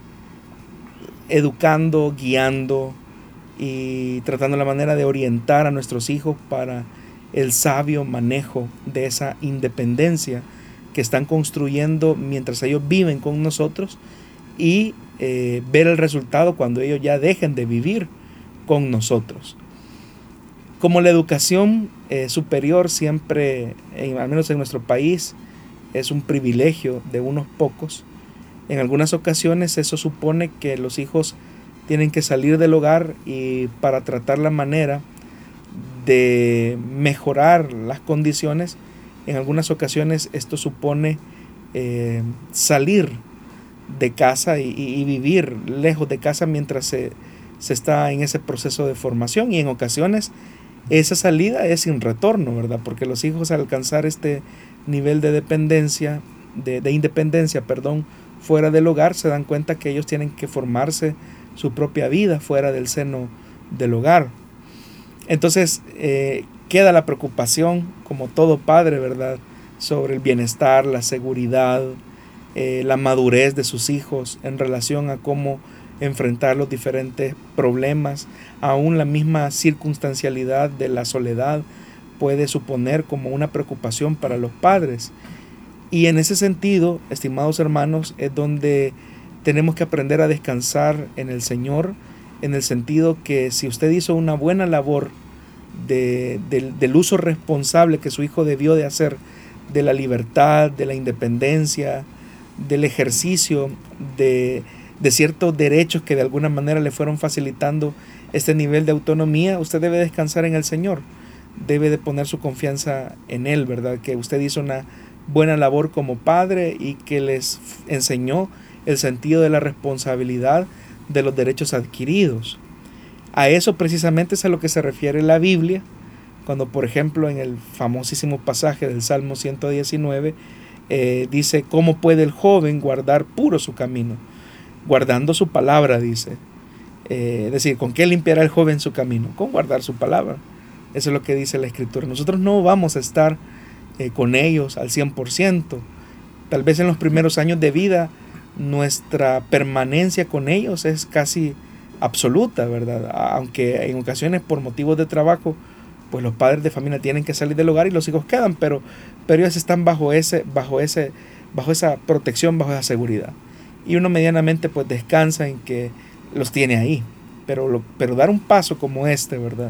educando, guiando y tratando la manera de orientar a nuestros hijos para el sabio manejo de esa independencia que están construyendo mientras ellos viven con nosotros, y eh, ver el resultado cuando ellos ya dejen de vivir con nosotros. Como la educación eh, superior siempre, en, al menos en nuestro país, es un privilegio de unos pocos, en algunas ocasiones eso supone que los hijos tienen que salir del hogar, y para tratar la manera de mejorar las condiciones, en algunas ocasiones esto supone eh, salir de casa y, y vivir lejos de casa mientras se, se está en ese proceso de formación, y en ocasiones esa salida es sin retorno, ¿verdad? Porque los hijos, al alcanzar este nivel de dependencia, de, de independencia, perdón, fuera del hogar, se dan cuenta que ellos tienen que formarse su propia vida fuera del seno del hogar. Entonces eh, queda la preocupación, como todo padre, ¿verdad?, sobre el bienestar, la seguridad, eh, la madurez de sus hijos en relación a cómo enfrentar los diferentes problemas. Aún la misma circunstancialidad de la soledad puede suponer como una preocupación para los padres. Y en ese sentido, estimados hermanos, es donde tenemos que aprender a descansar en el Señor, en el sentido que si usted hizo una buena labor de, de, del uso responsable que su hijo debió de hacer de la libertad, de la independencia, del ejercicio de, de ciertos derechos que de alguna manera le fueron facilitando este nivel de autonomía, usted debe descansar en el Señor, debe de poner su confianza en Él, ¿verdad? Que usted hizo una buena labor como padre y que les enseñó el sentido de la responsabilidad de los derechos adquiridos. A eso precisamente es a lo que se refiere la Biblia, cuando por ejemplo en el famosísimo pasaje del Salmo ciento diecinueve eh, dice: ¿cómo puede el joven guardar puro su camino? Guardando su palabra, dice. Eh, es decir, ¿con qué limpiará el joven su camino? Con guardar su palabra. Eso es lo que dice la Escritura. Nosotros no vamos a estar eh, con ellos al cien por ciento. Tal vez en los primeros años de vida nuestra permanencia con ellos es casi absoluta, ¿verdad? Aunque en ocasiones por motivos de trabajo pues los padres de familia tienen que salir del hogar y los hijos quedan, pero, pero ellos están bajo, ese, bajo, ese, bajo esa protección, bajo esa seguridad. Y uno medianamente pues descansa en que los tiene ahí. Pero, lo, pero dar un paso como este, ¿verdad?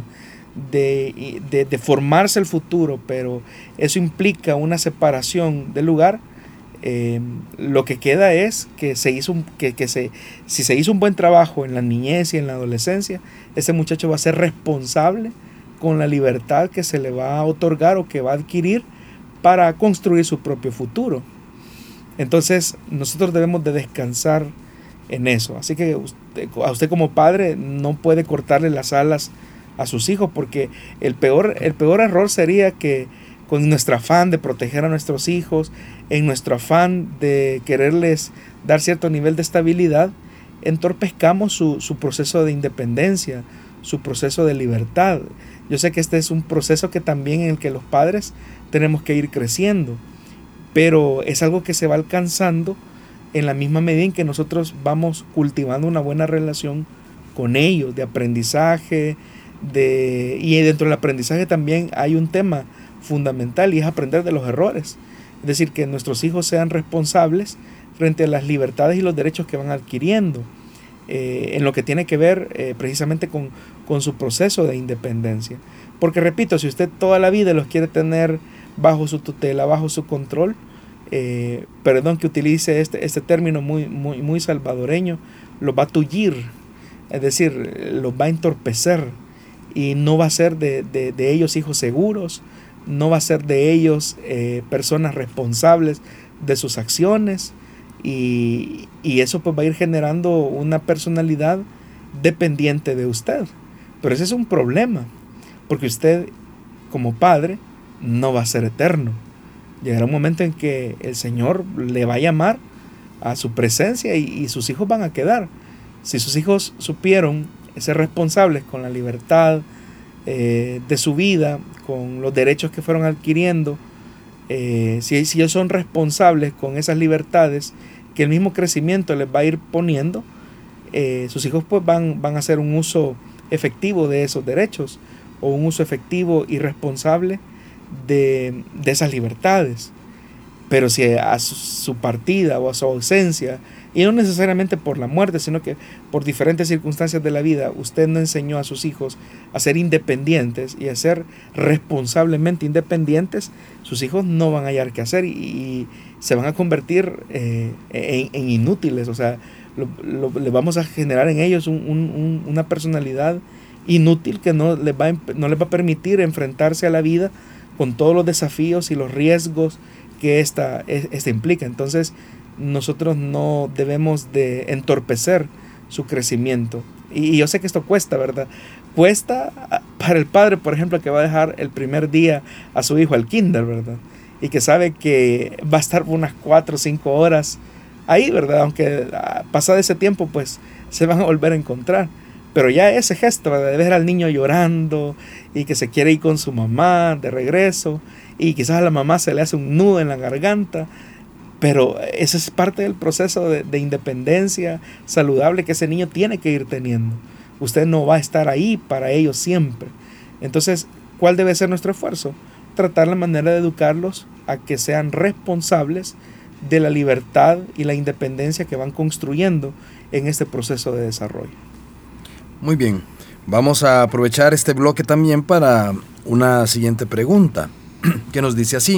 De, de, de formarse el futuro, pero eso implica una separación del lugar. Eh, lo que queda es que, se hizo un, que, que se, si se hizo un buen trabajo en la niñez y en la adolescencia, ese muchacho va a ser responsable con la libertad que se le va a otorgar o que va a adquirir para construir su propio futuro. Entonces nosotros debemos de descansar en eso. Así que usted, a usted como padre no puede cortarle las alas a sus hijos, porque el peor, el peor error sería que con nuestro afán de proteger a nuestros hijos, en nuestro afán de quererles dar cierto nivel de estabilidad, entorpezcamos su, su proceso de independencia, su proceso de libertad. Yo sé que este es un proceso que también en el que los padres tenemos que ir creciendo, pero es algo que se va alcanzando en la misma medida en que nosotros vamos cultivando una buena relación con ellos, de aprendizaje, de, y dentro del aprendizaje también hay un tema fundamental y es aprender de los errores. Es decir, que nuestros hijos sean responsables frente a las libertades y los derechos que van adquiriendo, eh, en lo que tiene que ver eh, precisamente con, con su proceso de independencia. Porque repito, si usted toda la vida los quiere tener bajo su tutela, bajo su control, eh, perdón que utilice este, este término muy, muy, muy salvadoreño, los va a tullir, es decir, los va a entorpecer y no va a ser de, de, de ellos hijos seguros, no va a ser de ellos eh, personas responsables de sus acciones, y, y eso pues va a ir generando una personalidad dependiente de usted. Pero ese es un problema, porque usted como padre no va a ser eterno. Llegará un momento en que el Señor le va a llamar a su presencia y, y sus hijos van a quedar. Si sus hijos supieron ser responsables con la libertad eh, de su vida, con los derechos que fueron adquiriendo, eh, si, si ellos son responsables con esas libertades que el mismo crecimiento les va a ir poniendo, eh, sus hijos pues van, van a hacer un uso efectivo de esos derechos, o un uso efectivo y responsable de, de esas libertades. Pero si a su, su partida o a su ausencia, y no necesariamente por la muerte, sino que por diferentes circunstancias de la vida, usted no enseñó a sus hijos a ser independientes y a ser responsablemente independientes, sus hijos no van a hallar qué hacer y, y se van a convertir eh, en, en inútiles. O sea, lo, lo, le vamos a generar en ellos un, un, una personalidad inútil que no les, va, no les va a permitir enfrentarse a la vida con todos los desafíos y los riesgos que esta, esta implica. Entonces, nosotros no debemos de entorpecer su crecimiento. Y yo sé que esto cuesta, ¿verdad? Cuesta para el padre, por ejemplo, que va a dejar el primer día a su hijo al kinder, ¿verdad? Y que sabe que va a estar unas cuatro o cinco horas ahí, ¿verdad? Aunque pasado ese tiempo, pues se van a volver a encontrar. Pero ya ese gesto, ¿verdad? De ver al niño llorando y que se quiere ir con su mamá de regreso, y quizás a la mamá se le hace un nudo en la garganta. Pero ese es parte del proceso de, de independencia saludable que ese niño tiene que ir teniendo. Usted no va a estar ahí para ellos siempre. Entonces, ¿cuál debe ser nuestro esfuerzo? Tratar la manera de educarlos a que sean responsables de la libertad y la independencia que van construyendo en este proceso de desarrollo. Muy bien, vamos a aprovechar este bloque también para una siguiente pregunta, que nos dice así.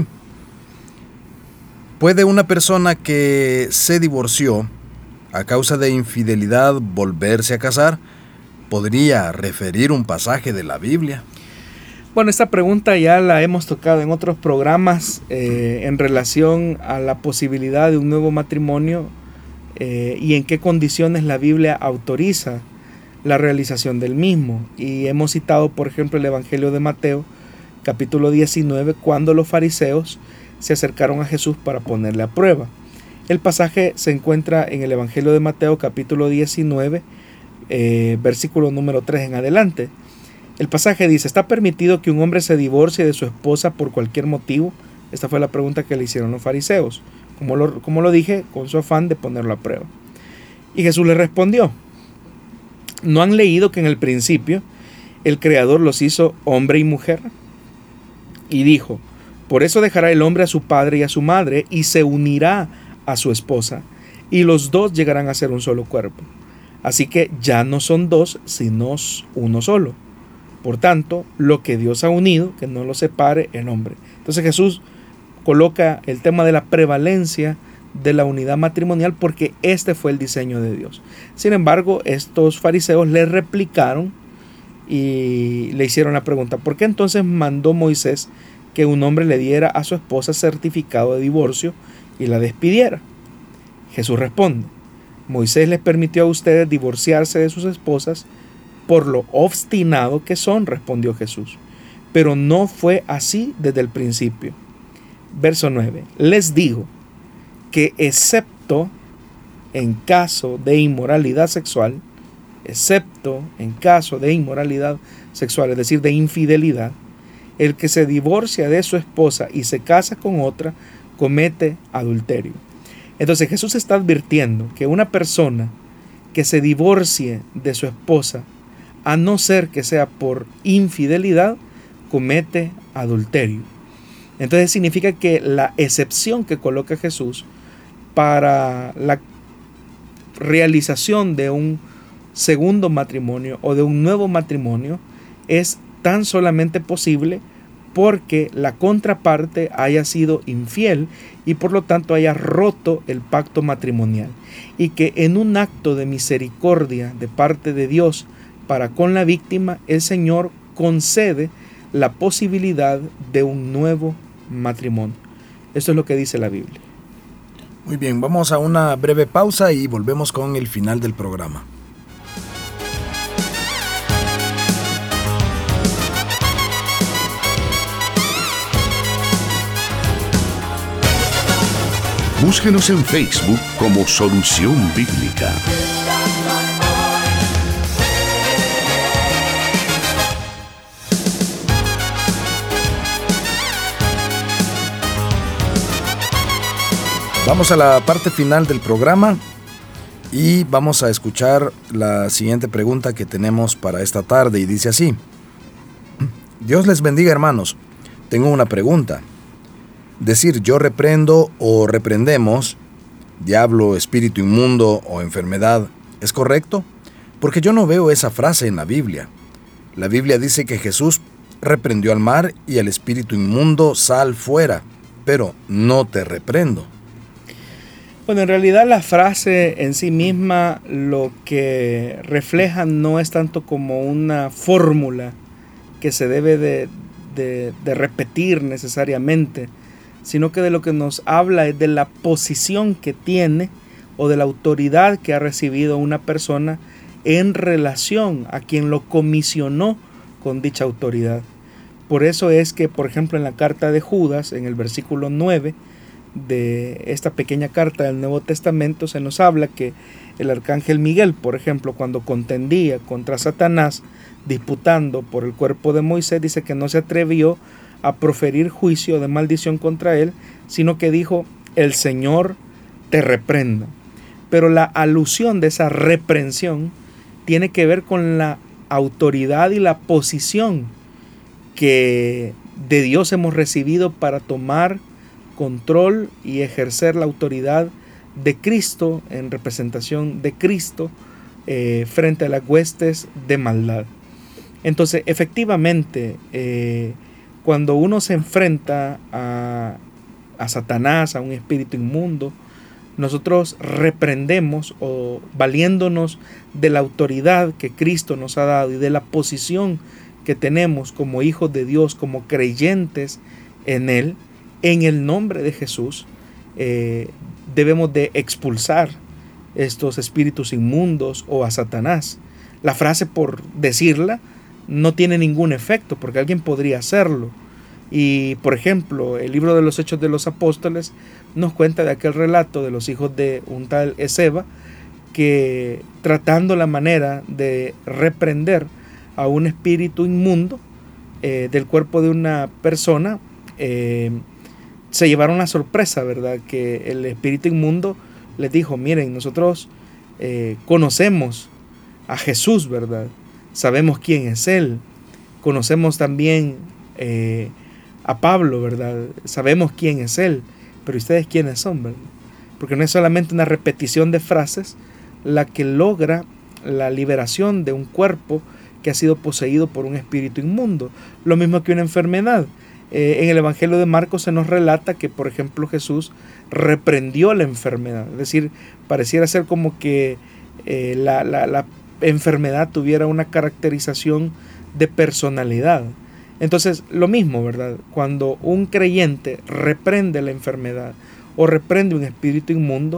¿Puede una persona que se divorció a causa de infidelidad volverse a casar? ¿Podría referir un pasaje de la Biblia? Bueno, esta pregunta ya la hemos tocado en otros programas eh, en relación a la posibilidad de un nuevo matrimonio eh, y en qué condiciones la Biblia autoriza la realización del mismo. Y hemos citado, por ejemplo, el Evangelio de Mateo, capítulo diecinueve, cuando los fariseos se acercaron a Jesús para ponerle a prueba. El pasaje se encuentra en el Evangelio de Mateo, capítulo diecinueve, eh, versículo número tres en adelante. El pasaje dice: ¿está permitido que un hombre se divorcie de su esposa por cualquier motivo? Esta fue la pregunta que le hicieron los fariseos, como lo, como lo dije, con su afán de ponerlo a prueba. Y Jesús le respondió: ¿no han leído que en el principio el Creador los hizo hombre y mujer? Y dijo: por eso dejará el hombre a su padre y a su madre, y se unirá a su esposa, y los dos llegarán a ser un solo cuerpo. Así que ya no son dos, sino uno solo. Por tanto, lo que Dios ha unido, que no lo separe el hombre. Entonces Jesús coloca el tema de la prevalencia de la unidad matrimonial porque este fue el diseño de Dios. Sin embargo, estos fariseos le replicaron y le hicieron la pregunta: ¿por qué entonces mandó Moisés que un hombre le diera a su esposa certificado de divorcio y la despidiera? Jesús responde: Moisés les permitió a ustedes divorciarse de sus esposas por lo obstinado que son, respondió Jesús. Pero no fue así desde el principio. Verso nueve. Les digo que excepto en caso de inmoralidad sexual, excepto en caso de inmoralidad sexual, es decir, de infidelidad, el que se divorcia de su esposa y se casa con otra, comete adulterio. Entonces Jesús está advirtiendo que una persona que se divorcie de su esposa, a no ser que sea por infidelidad, comete adulterio. Entonces significa que la excepción que coloca Jesús para la realización de un segundo matrimonio o de un nuevo matrimonio es tan solamente posible porque la contraparte haya sido infiel y por lo tanto haya roto el pacto matrimonial, y que en un acto de misericordia de parte de Dios para con la víctima, el Señor concede la posibilidad de un nuevo matrimonio. Esto es lo que dice la Biblia. Muy bien, vamos a una breve pausa y volvemos con el final del programa. Búsquenos en Facebook como Solución Bíblica. Vamos a la parte final del programa y vamos a escuchar la siguiente pregunta que tenemos para esta tarde y dice así: Dios les bendiga, hermanos. Tengo una pregunta. Decir yo reprendo o reprendemos, diablo, espíritu inmundo o enfermedad, ¿es correcto? Porque yo no veo esa frase en la Biblia. La Biblia dice que Jesús reprendió al mar y al espíritu inmundo: sal fuera, pero no te reprendo. Bueno, en realidad la frase en sí misma lo que refleja no es tanto como una fórmula que se debe de, de, de repetir necesariamente, sino que de lo que nos habla es de la posición que tiene o de la autoridad que ha recibido una persona en relación a quien lo comisionó con dicha autoridad. Por eso es que, por ejemplo, en la carta de Judas, en el versículo nueve de esta pequeña carta del Nuevo Testamento, se nos habla que el arcángel Miguel, por ejemplo, cuando contendía contra Satanás, disputando por el cuerpo de Moisés, dice que no se atrevió a proferir juicio de maldición contra él, sino que dijo: el Señor te reprenda. Pero la alusión de esa reprensión tiene que ver con la autoridad y la posición que de Dios hemos recibido para tomar control y ejercer la autoridad de Cristo en representación de Cristo eh, frente a las huestes de maldad. Entonces, efectivamente, eh, cuando uno se enfrenta a, a Satanás, a un espíritu inmundo, nosotros reprendemos o valiéndonos de la autoridad que Cristo nos ha dado y de la posición que tenemos como hijos de Dios, como creyentes en Él, en el nombre de Jesús, eh, debemos de expulsar estos espíritus inmundos o a Satanás. la frase por decirla no tiene ningún efecto, porque alguien podría hacerlo. Y por ejemplo, el libro de los Hechos de los Apóstoles nos cuenta de aquel relato de los hijos de un tal Esceva, que tratando la manera de reprender a un espíritu inmundo eh, del cuerpo de una persona, eh, se llevaron la sorpresa, ¿verdad? Que el espíritu inmundo les dijo: miren, nosotros eh, conocemos a Jesús, ¿verdad? Sabemos quién es Él. Conocemos también eh, a Pablo, ¿verdad? Sabemos quién es Él. Pero ¿ustedes quiénes son, verdad? Porque no es solamente una repetición de frases la que logra la liberación de un cuerpo que ha sido poseído por un espíritu inmundo. Lo mismo que una enfermedad. Eh, en el Evangelio de Marcos se nos relata que, por ejemplo, Jesús reprendió la enfermedad. Es decir, pareciera ser como que eh, la, la, la enfermedad tuviera una caracterización de personalidad. Entonces, lo mismo, ¿verdad? Cuando un creyente reprende la enfermedad o reprende un espíritu inmundo,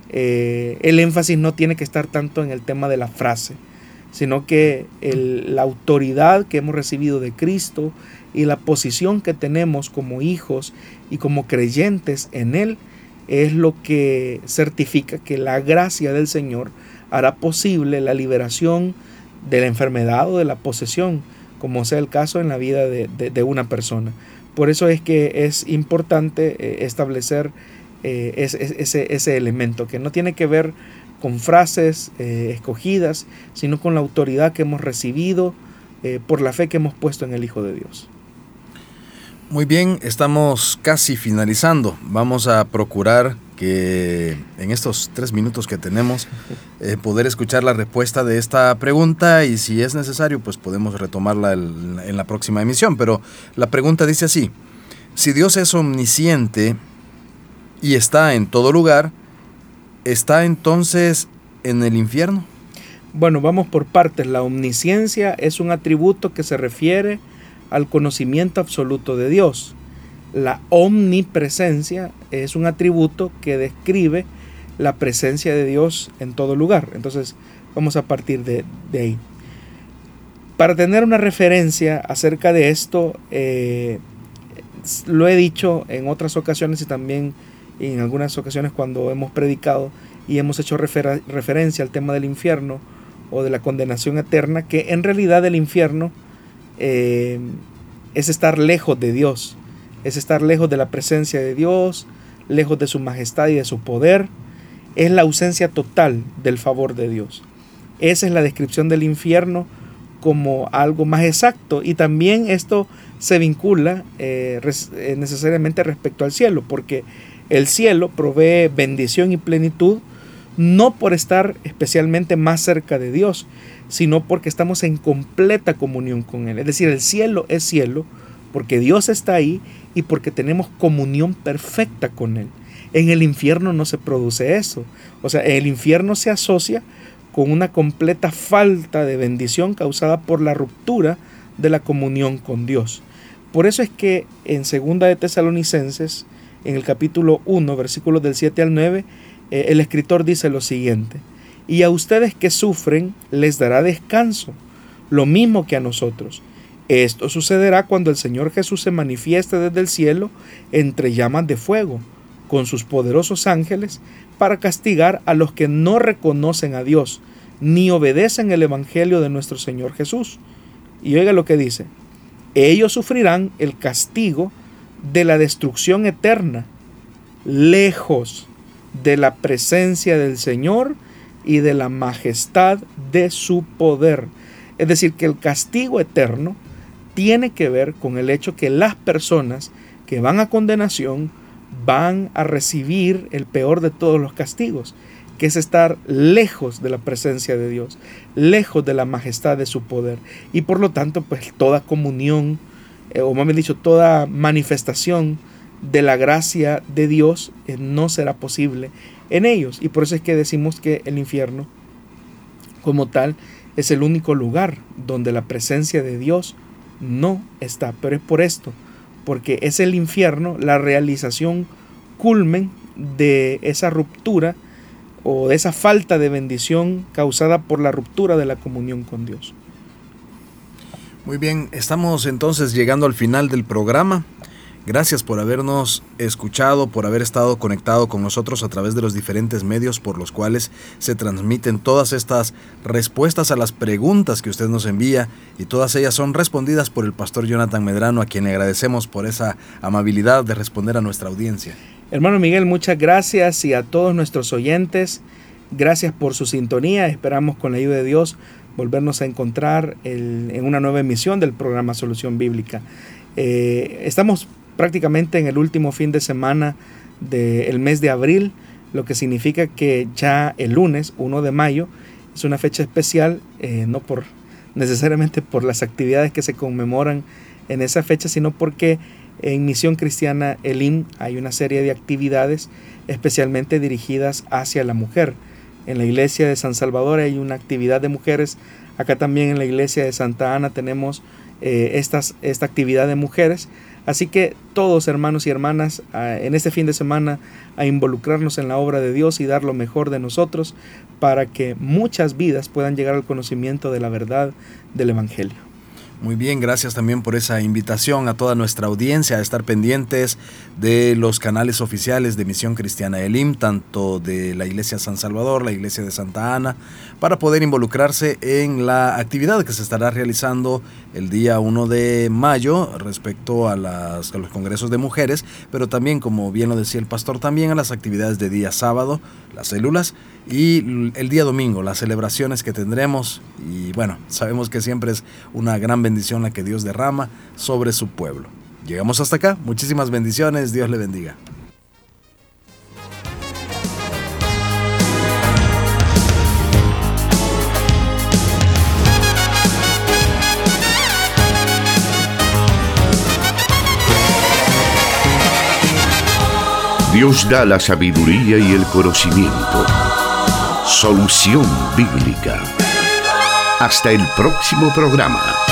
eh, el énfasis no tiene que estar tanto en el tema de la frase, sino que el, la autoridad que hemos recibido de Cristo y la posición que tenemos como hijos y como creyentes en Él es lo que certifica que la gracia del Señor hará posible la liberación de la enfermedad o de la posesión, como sea el caso en la vida de, de, de una persona. Por eso es que es importante eh, establecer eh, ese, ese, ese elemento, que no tiene que ver con frases eh, escogidas, sino con la autoridad que hemos recibido eh, por la fe que hemos puesto en el Hijo de Dios. Muy bien, estamos casi finalizando. Vamos a procurar que en estos tres minutos que tenemos eh, poder escuchar la respuesta de esta pregunta, y si es necesario pues podemos retomarla el, en la próxima emisión. Pero la pregunta dice así: si Dios es omnisciente y está en todo lugar, ¿está entonces en el infierno? Bueno, vamos por partes. La omnisciencia es un atributo que se refiere al conocimiento absoluto de Dios. La omnipresencia es un atributo que describe la presencia de Dios en todo lugar. Entonces vamos a partir de, de ahí. Para tener una referencia acerca de esto, eh, lo he dicho en otras ocasiones y también en algunas ocasiones cuando hemos predicado y hemos hecho refer- referencia al tema del infierno o de la condenación eterna, que en realidad el infierno eh, es estar lejos de Dios, es estar lejos de la presencia de Dios, lejos de su majestad y de su poder. Es la ausencia total del favor de Dios. Esa es la descripción del infierno como algo más exacto, y también esto se vincula eh, res, eh, necesariamente respecto al cielo, porque el cielo provee bendición y plenitud no por estar especialmente más cerca de Dios, sino porque estamos en completa comunión con Él. Es decir, el cielo es cielo porque Dios está ahí y porque tenemos comunión perfecta con Él. En el infierno no se produce eso. O sea, el infierno se asocia con una completa falta de bendición causada por la ruptura de la comunión con Dios. Por eso es que en segunda de Tesalonicenses, en el capítulo uno, versículos del siete al nueve, eh, el escritor dice lo siguiente: y a ustedes que sufren les dará descanso, lo mismo que a nosotros. Esto sucederá cuando el Señor Jesús se manifieste desde el cielo entre llamas de fuego, con sus poderosos ángeles, para castigar a los que no reconocen a Dios, ni obedecen el evangelio de nuestro Señor Jesús. Y oiga lo que dice: ellos sufrirán el castigo de la destrucción eterna, lejos de la presencia del Señor y de la majestad de su poder. Es decir, que el castigo eterno tiene que ver con el hecho que las personas que van a condenación van a recibir el peor de todos los castigos, que es estar lejos de la presencia de Dios, lejos de la majestad de su poder, y por lo tanto pues toda comunión, eh, o más bien dicho, toda manifestación de la gracia de Dios eh, no será posible en ellos. Y por eso es que decimos que el infierno como tal es el único lugar donde la presencia de Dios no está. Pero es por esto, porque es el infierno la realización culmen de esa ruptura o de esa falta de bendición causada por la ruptura de la comunión con Dios. Muy bien, estamos entonces llegando al final del programa. Gracias por habernos escuchado, por haber estado conectado con nosotros a través de los diferentes medios por los cuales se transmiten todas estas respuestas a las preguntas que usted nos envía, y todas ellas son respondidas por el pastor Jonathan Medrano, a quien le agradecemos por esa amabilidad de responder a nuestra audiencia. Hermano Miguel, muchas gracias, y a todos nuestros oyentes, gracias por su sintonía. Esperamos con la ayuda de Dios volvernos a encontrar el, en una nueva emisión del programa Solución Bíblica. Eh, estamos prácticamente en el último fin de semana del mes de abril, lo que significa que ya el lunes, primero de mayo, es una fecha especial, eh, no por necesariamente por las actividades que se conmemoran en esa fecha, sino porque en Misión Cristiana Elim hay una serie de actividades especialmente dirigidas hacia la mujer. En la iglesia de San Salvador hay una actividad de mujeres. Acá también en la iglesia de Santa Ana tenemos eh, estas, esta actividad de mujeres. Así que todos, hermanos y hermanas, eh, en este fin de semana a involucrarnos en la obra de Dios y dar lo mejor de nosotros para que muchas vidas puedan llegar al conocimiento de la verdad del Evangelio. Muy bien, gracias también por esa invitación a toda nuestra audiencia a estar pendientes de los canales oficiales de Misión Cristiana Elim, tanto de la Iglesia San Salvador, la Iglesia de Santa Ana, para poder involucrarse en la actividad que se estará realizando el día primero de mayo respecto a, las, a los congresos de mujeres, pero también, como bien lo decía el pastor, también a las actividades de día sábado, las células, y el día domingo, las celebraciones que tendremos. Y bueno, sabemos que siempre es una gran bendición la que Dios derrama sobre su pueblo. Llegamos hasta acá. Muchísimas bendiciones. Dios le bendiga. Dios da la sabiduría y el conocimiento. Solución Bíblica. Hasta el próximo programa.